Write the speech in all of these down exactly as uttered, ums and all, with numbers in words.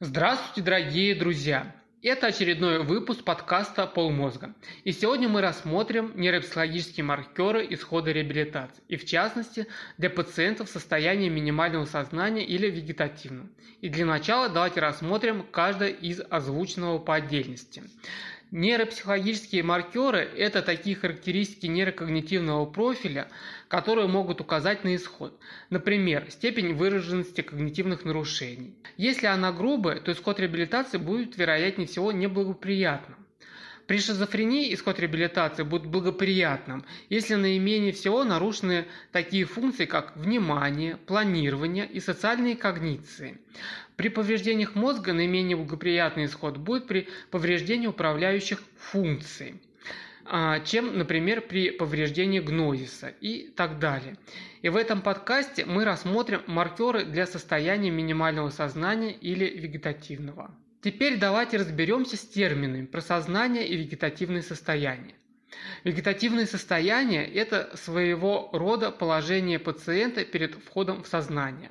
Здравствуйте, дорогие друзья! Это очередной выпуск подкаста «Полмозга». И сегодня мы рассмотрим нейропсихологические маркеры исхода реабилитации, и в частности для пациентов в состоянии минимального сознания или вегетативного. И для начала давайте рассмотрим каждое из озвученного по отдельности. Нейропсихологические маркеры – это такие характеристики нейрокогнитивного профиля, которые могут указать на исход. Например, степень выраженности когнитивных нарушений. Если она грубая, то исход реабилитации будет, вероятнее всего, неблагоприятным. При шизофрении исход реабилитации будет благоприятным, если наименее всего нарушены такие функции, как внимание, планирование и социальные когниции. При повреждениях мозга наименее благоприятный исход будет при повреждении управляющих функций, чем, например, при повреждении гнозиса и так далее. И в этом подкасте мы рассмотрим маркеры для состояния минимального сознания или вегетативного. Теперь давайте разберемся с терминами про сознание и вегетативное состояние. Вегетативное состояние – это своего рода положение пациента перед входом в сознание.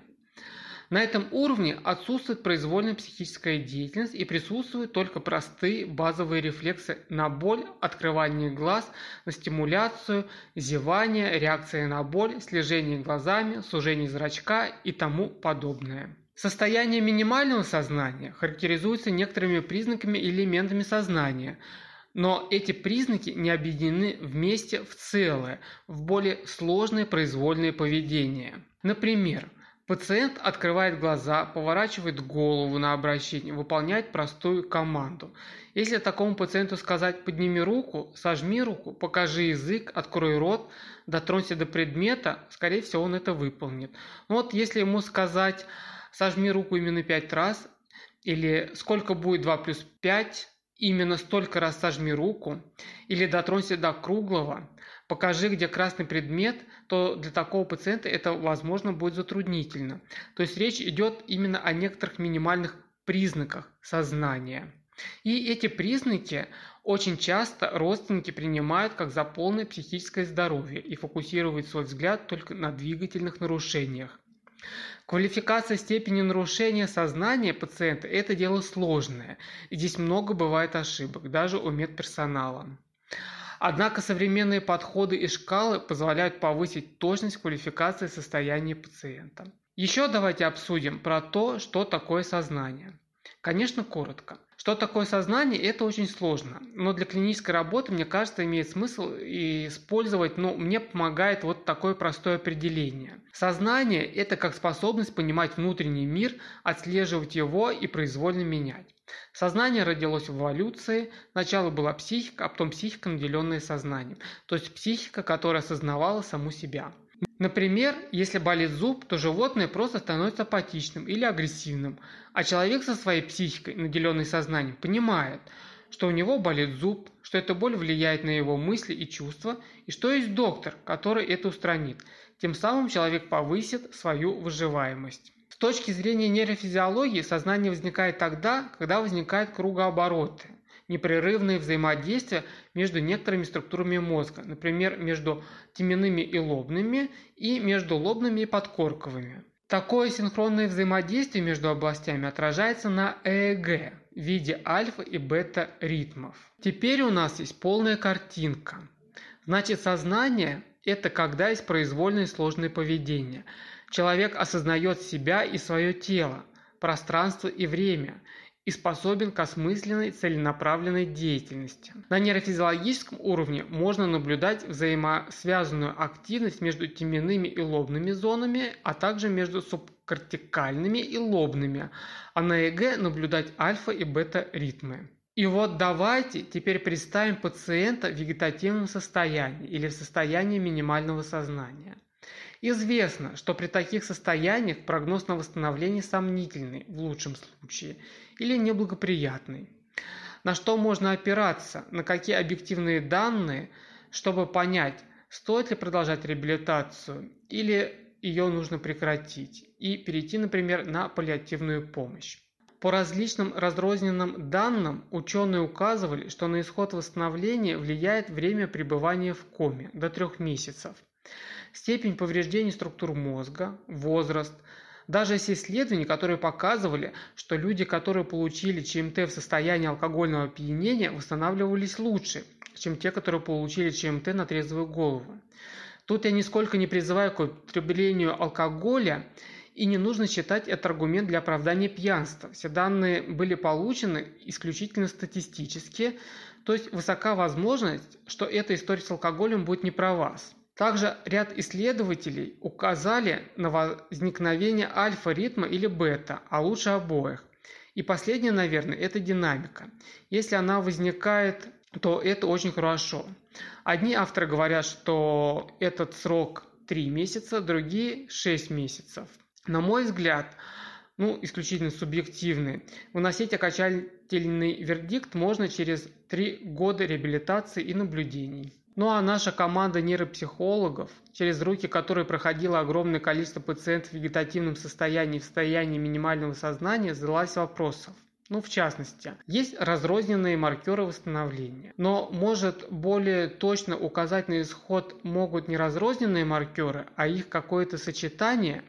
На этом уровне отсутствует произвольная психическая деятельность и присутствуют только простые базовые рефлексы на боль, открывание глаз, на стимуляцию, зевание, реакция на боль, слежение глазами, сужение зрачка и тому подобное. Состояние минимального сознания характеризуется некоторыми признаками и элементами сознания, но эти признаки не объединены вместе в целое, в более сложное произвольное поведение. Например, пациент открывает глаза, поворачивает голову на обращение, выполняет простую команду. Если такому пациенту сказать «подними руку», «сожми руку», «покажи язык», «открой рот», «дотронься до предмета», скорее всего, он это выполнит. Но вот если ему сказать «сожми руку именно пять раз» или «сколько будет два плюс пять», именно столько раз сожми руку, или дотронься до круглого, покажи, где красный предмет, то для такого пациента это, возможно, будет затруднительно. То есть речь идет именно о некоторых минимальных признаках сознания. И эти признаки очень часто родственники принимают как за полное психическое здоровье и фокусируют свой взгляд только на двигательных нарушениях. Квалификация степени нарушения сознания пациента – это дело сложное, и здесь много бывает ошибок, даже у медперсонала. Однако современные подходы и шкалы позволяют повысить точность квалификации состояния пациента. Еще давайте обсудим про то, что такое сознание. Конечно, коротко. Что такое сознание, это очень сложно, но для клинической работы, мне кажется, имеет смысл использовать, но мне помогает вот такое простое определение. Сознание – это как способность понимать внутренний мир, отслеживать его и произвольно менять. Сознание родилось в эволюции, сначала была психика, а потом психика, наделенная сознанием, то есть психика, которая осознавала саму себя. Например, если болит зуб, то животное просто становится апатичным или агрессивным, а человек со своей психикой, наделенной сознанием, понимает, что у него болит зуб, что эта боль влияет на его мысли и чувства, и что есть доктор, который это устранит. Тем самым человек повысит свою выживаемость. С точки зрения нейрофизиологии, сознание возникает тогда, когда возникают кругообороты, непрерывные взаимодействия между некоторыми структурами мозга, например, между теменными и лобными и между лобными и подкорковыми. Такое синхронное взаимодействие между областями отражается на ЭЭГ в виде альфа и бета ритмов. Теперь у нас есть полная картинка. Значит, сознание – это когда есть произвольное сложное поведение. Человек осознает себя и свое тело, пространство и время – и способен к осмысленной целенаправленной деятельности. На нейрофизиологическом уровне можно наблюдать взаимосвязанную активность между теменными и лобными зонами, а также между субкортикальными и лобными, а на ЭЭГ наблюдать альфа и бета ритмы. И вот давайте теперь представим пациента в вегетативном состоянии или в состоянии минимального сознания. Известно, что при таких состояниях прогноз на восстановление сомнительный в лучшем случае или неблагоприятный. На что можно опираться, на какие объективные данные, чтобы понять, стоит ли продолжать реабилитацию или ее нужно прекратить и перейти, например, на паллиативную помощь. По различным разрозненным данным ученые указывали, что на исход восстановления влияет время пребывания в коме до трех месяцев. Степень повреждений структур мозга, возраст, Даже есть исследования, которые показывали, что люди, которые получили ЧМТ в состоянии алкогольного опьянения, восстанавливались лучше, чем те, которые получили ЧМТ на трезвую голову. Тут я нисколько не призываю к употреблению алкоголя, и не нужно считать это аргумент для оправдания пьянства. Все данные были получены исключительно статистически, то есть высока возможность, что эта история с алкоголем будет не про вас. Также ряд исследователей указали на возникновение альфа-ритма или бета, а лучше обоих. И последнее, наверное, это динамика. Если она возникает, то это очень хорошо. Одни авторы говорят, что этот срок три месяца, другие шесть месяцев. На мой взгляд, ну, исключительно субъективный, выносить окончательный вердикт можно через три года реабилитации и наблюдений. Ну а наша команда нейропсихологов, через руки которой проходило огромное количество пациентов в вегетативном состоянии и в состоянии минимального сознания, задалась вопросом. Ну, в частности, есть разрозненные маркеры восстановления, но может более точно указать на исход могут не разрозненные маркеры, а их какое-то сочетание.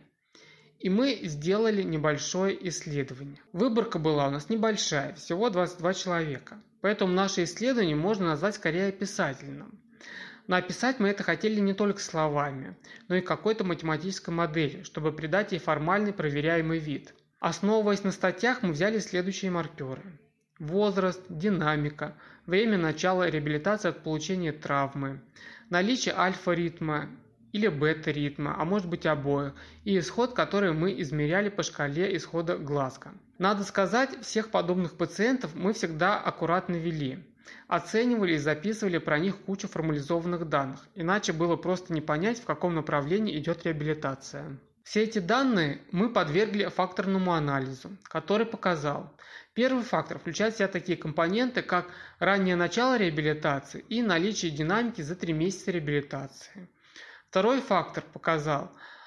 И мы сделали небольшое исследование. Выборка была у нас небольшая, всего двадцать два человека, поэтому наше исследование можно назвать скорее описательным. Но описать мы это хотели не только словами, но и какой-то математической моделью, чтобы придать ей формальный проверяемый вид. Основываясь на статьях, мы взяли следующие маркеры: возраст, динамика, время начала реабилитации от получения травмы, наличие альфа-ритма или бета-ритма, а может быть обоих, и исход, который мы измеряли по шкале исхода Глазго. Надо сказать, всех подобных пациентов мы всегда аккуратно вели. Оценивали и записывали про них кучу формализованных данных, иначе было просто не понять, в каком направлении идет реабилитация. Все эти данные мы подвергли факторному анализу, который показал: первый фактор включает в себя такие компоненты, как раннее начало реабилитации и наличие динамики за три месяца реабилитации. Второй фактор показал,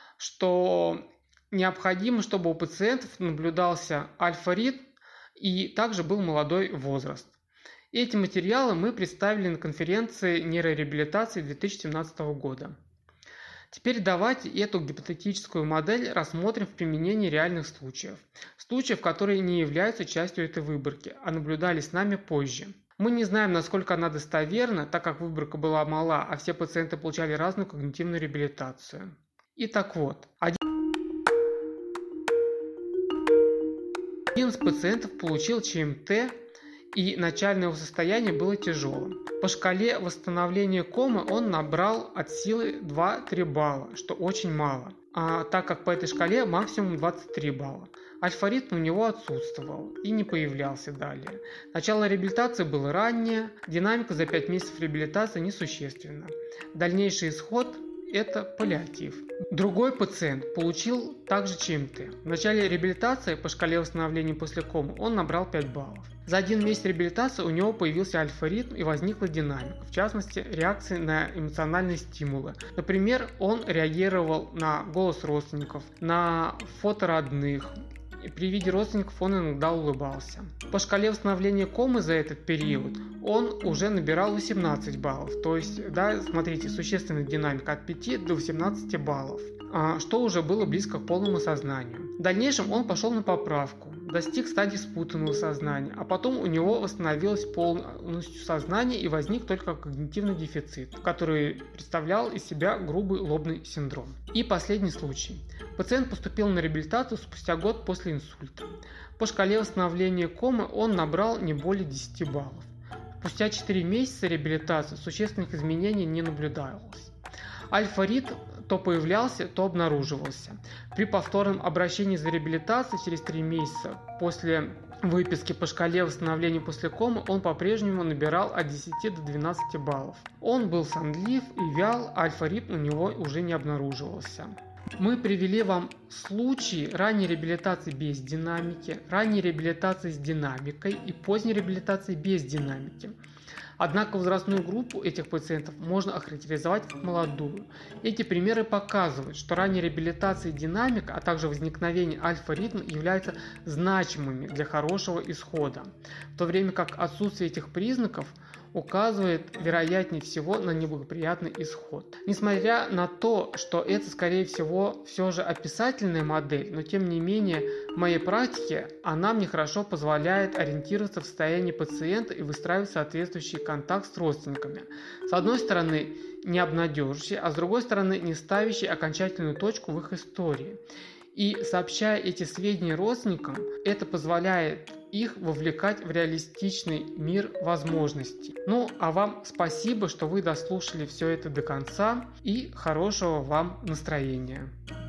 что необходимо, чтобы у пациентов наблюдался альфа-ритм и также был молодой возраст. Эти материалы мы представили на конференции нейрореабилитации две тысячи семнадцатого года. Теперь давайте эту гипотетическую модель рассмотрим в применении реальных случаев. Случаев, которые не являются частью этой выборки, а наблюдались с нами позже. Мы не знаем, насколько она достоверна, так как выборка была мала, а все пациенты получали разную когнитивную реабилитацию. Итак вот, один из пациентов получил ЧМТ, и начальное его состояние было тяжелым. По шкале восстановления комы он набрал от силы два-три балла, что очень мало, а так как по этой шкале максимум двадцать три балла. Альфа-ритм у него отсутствовал и не появлялся далее. Начало реабилитации было раннее, динамика за пять месяцев реабилитации несущественна. Дальнейший исход – это паллиатив. Другой пациент получил также ЧМТ. В начале реабилитации по шкале восстановления после комы он набрал пять баллов. За один месяц реабилитации у него появился альфа-ритм и возникла динамика, в частности, реакции на эмоциональные стимулы. Например, он реагировал на голос родственников, на фото родных. И при виде родственников он иногда улыбался. По шкале восстановления комы за этот период он уже набирал восемнадцать баллов. То есть, да, смотрите, существенная динамика от пяти до восемнадцати баллов, что уже было близко к полному сознанию. В дальнейшем он пошел на поправку, достиг стадии спутанного сознания, а потом у него восстановилось полностью сознание и возник только когнитивный дефицит, который представлял из себя грубый лобный синдром. И последний случай. Пациент поступил на реабилитацию спустя год после инсульта. По шкале восстановления комы он набрал не более десяти баллов. Спустя четыре месяца реабилитации существенных изменений не наблюдалось. Альфа-ритм то появлялся, то обнаруживался. При повторном обращении за реабилитацией через три месяца после выписки по шкале восстановления после комы он по-прежнему набирал от десяти до двенадцати баллов. Он был сонлив и вял, альфа-ритм у него уже не обнаруживался. Мы привели вам случаи ранней реабилитации без динамики, ранней реабилитации с динамикой и поздней реабилитации без динамики. Однако возрастную группу этих пациентов можно охарактеризовать как молодую. Эти примеры показывают, что ранняя реабилитация и динамика, а также возникновение альфа-ритма являются значимыми для хорошего исхода, в то время как отсутствие этих признаков указывает, вероятнее всего, на неблагоприятный исход. Несмотря на то, что это, скорее всего, все же описательная модель, но тем не менее, в моей практике она мне хорошо позволяет ориентироваться в состоянии пациента и выстраивать соответствующий контакт с родственниками. С одной стороны, не обнадеживающий, а с другой стороны, не ставящий окончательную точку в их истории. И сообщая эти сведения родственникам, это позволяет их вовлекать в реалистичный мир возможностей. Ну, а вам спасибо, что вы дослушали все это до конца, и хорошего вам настроения.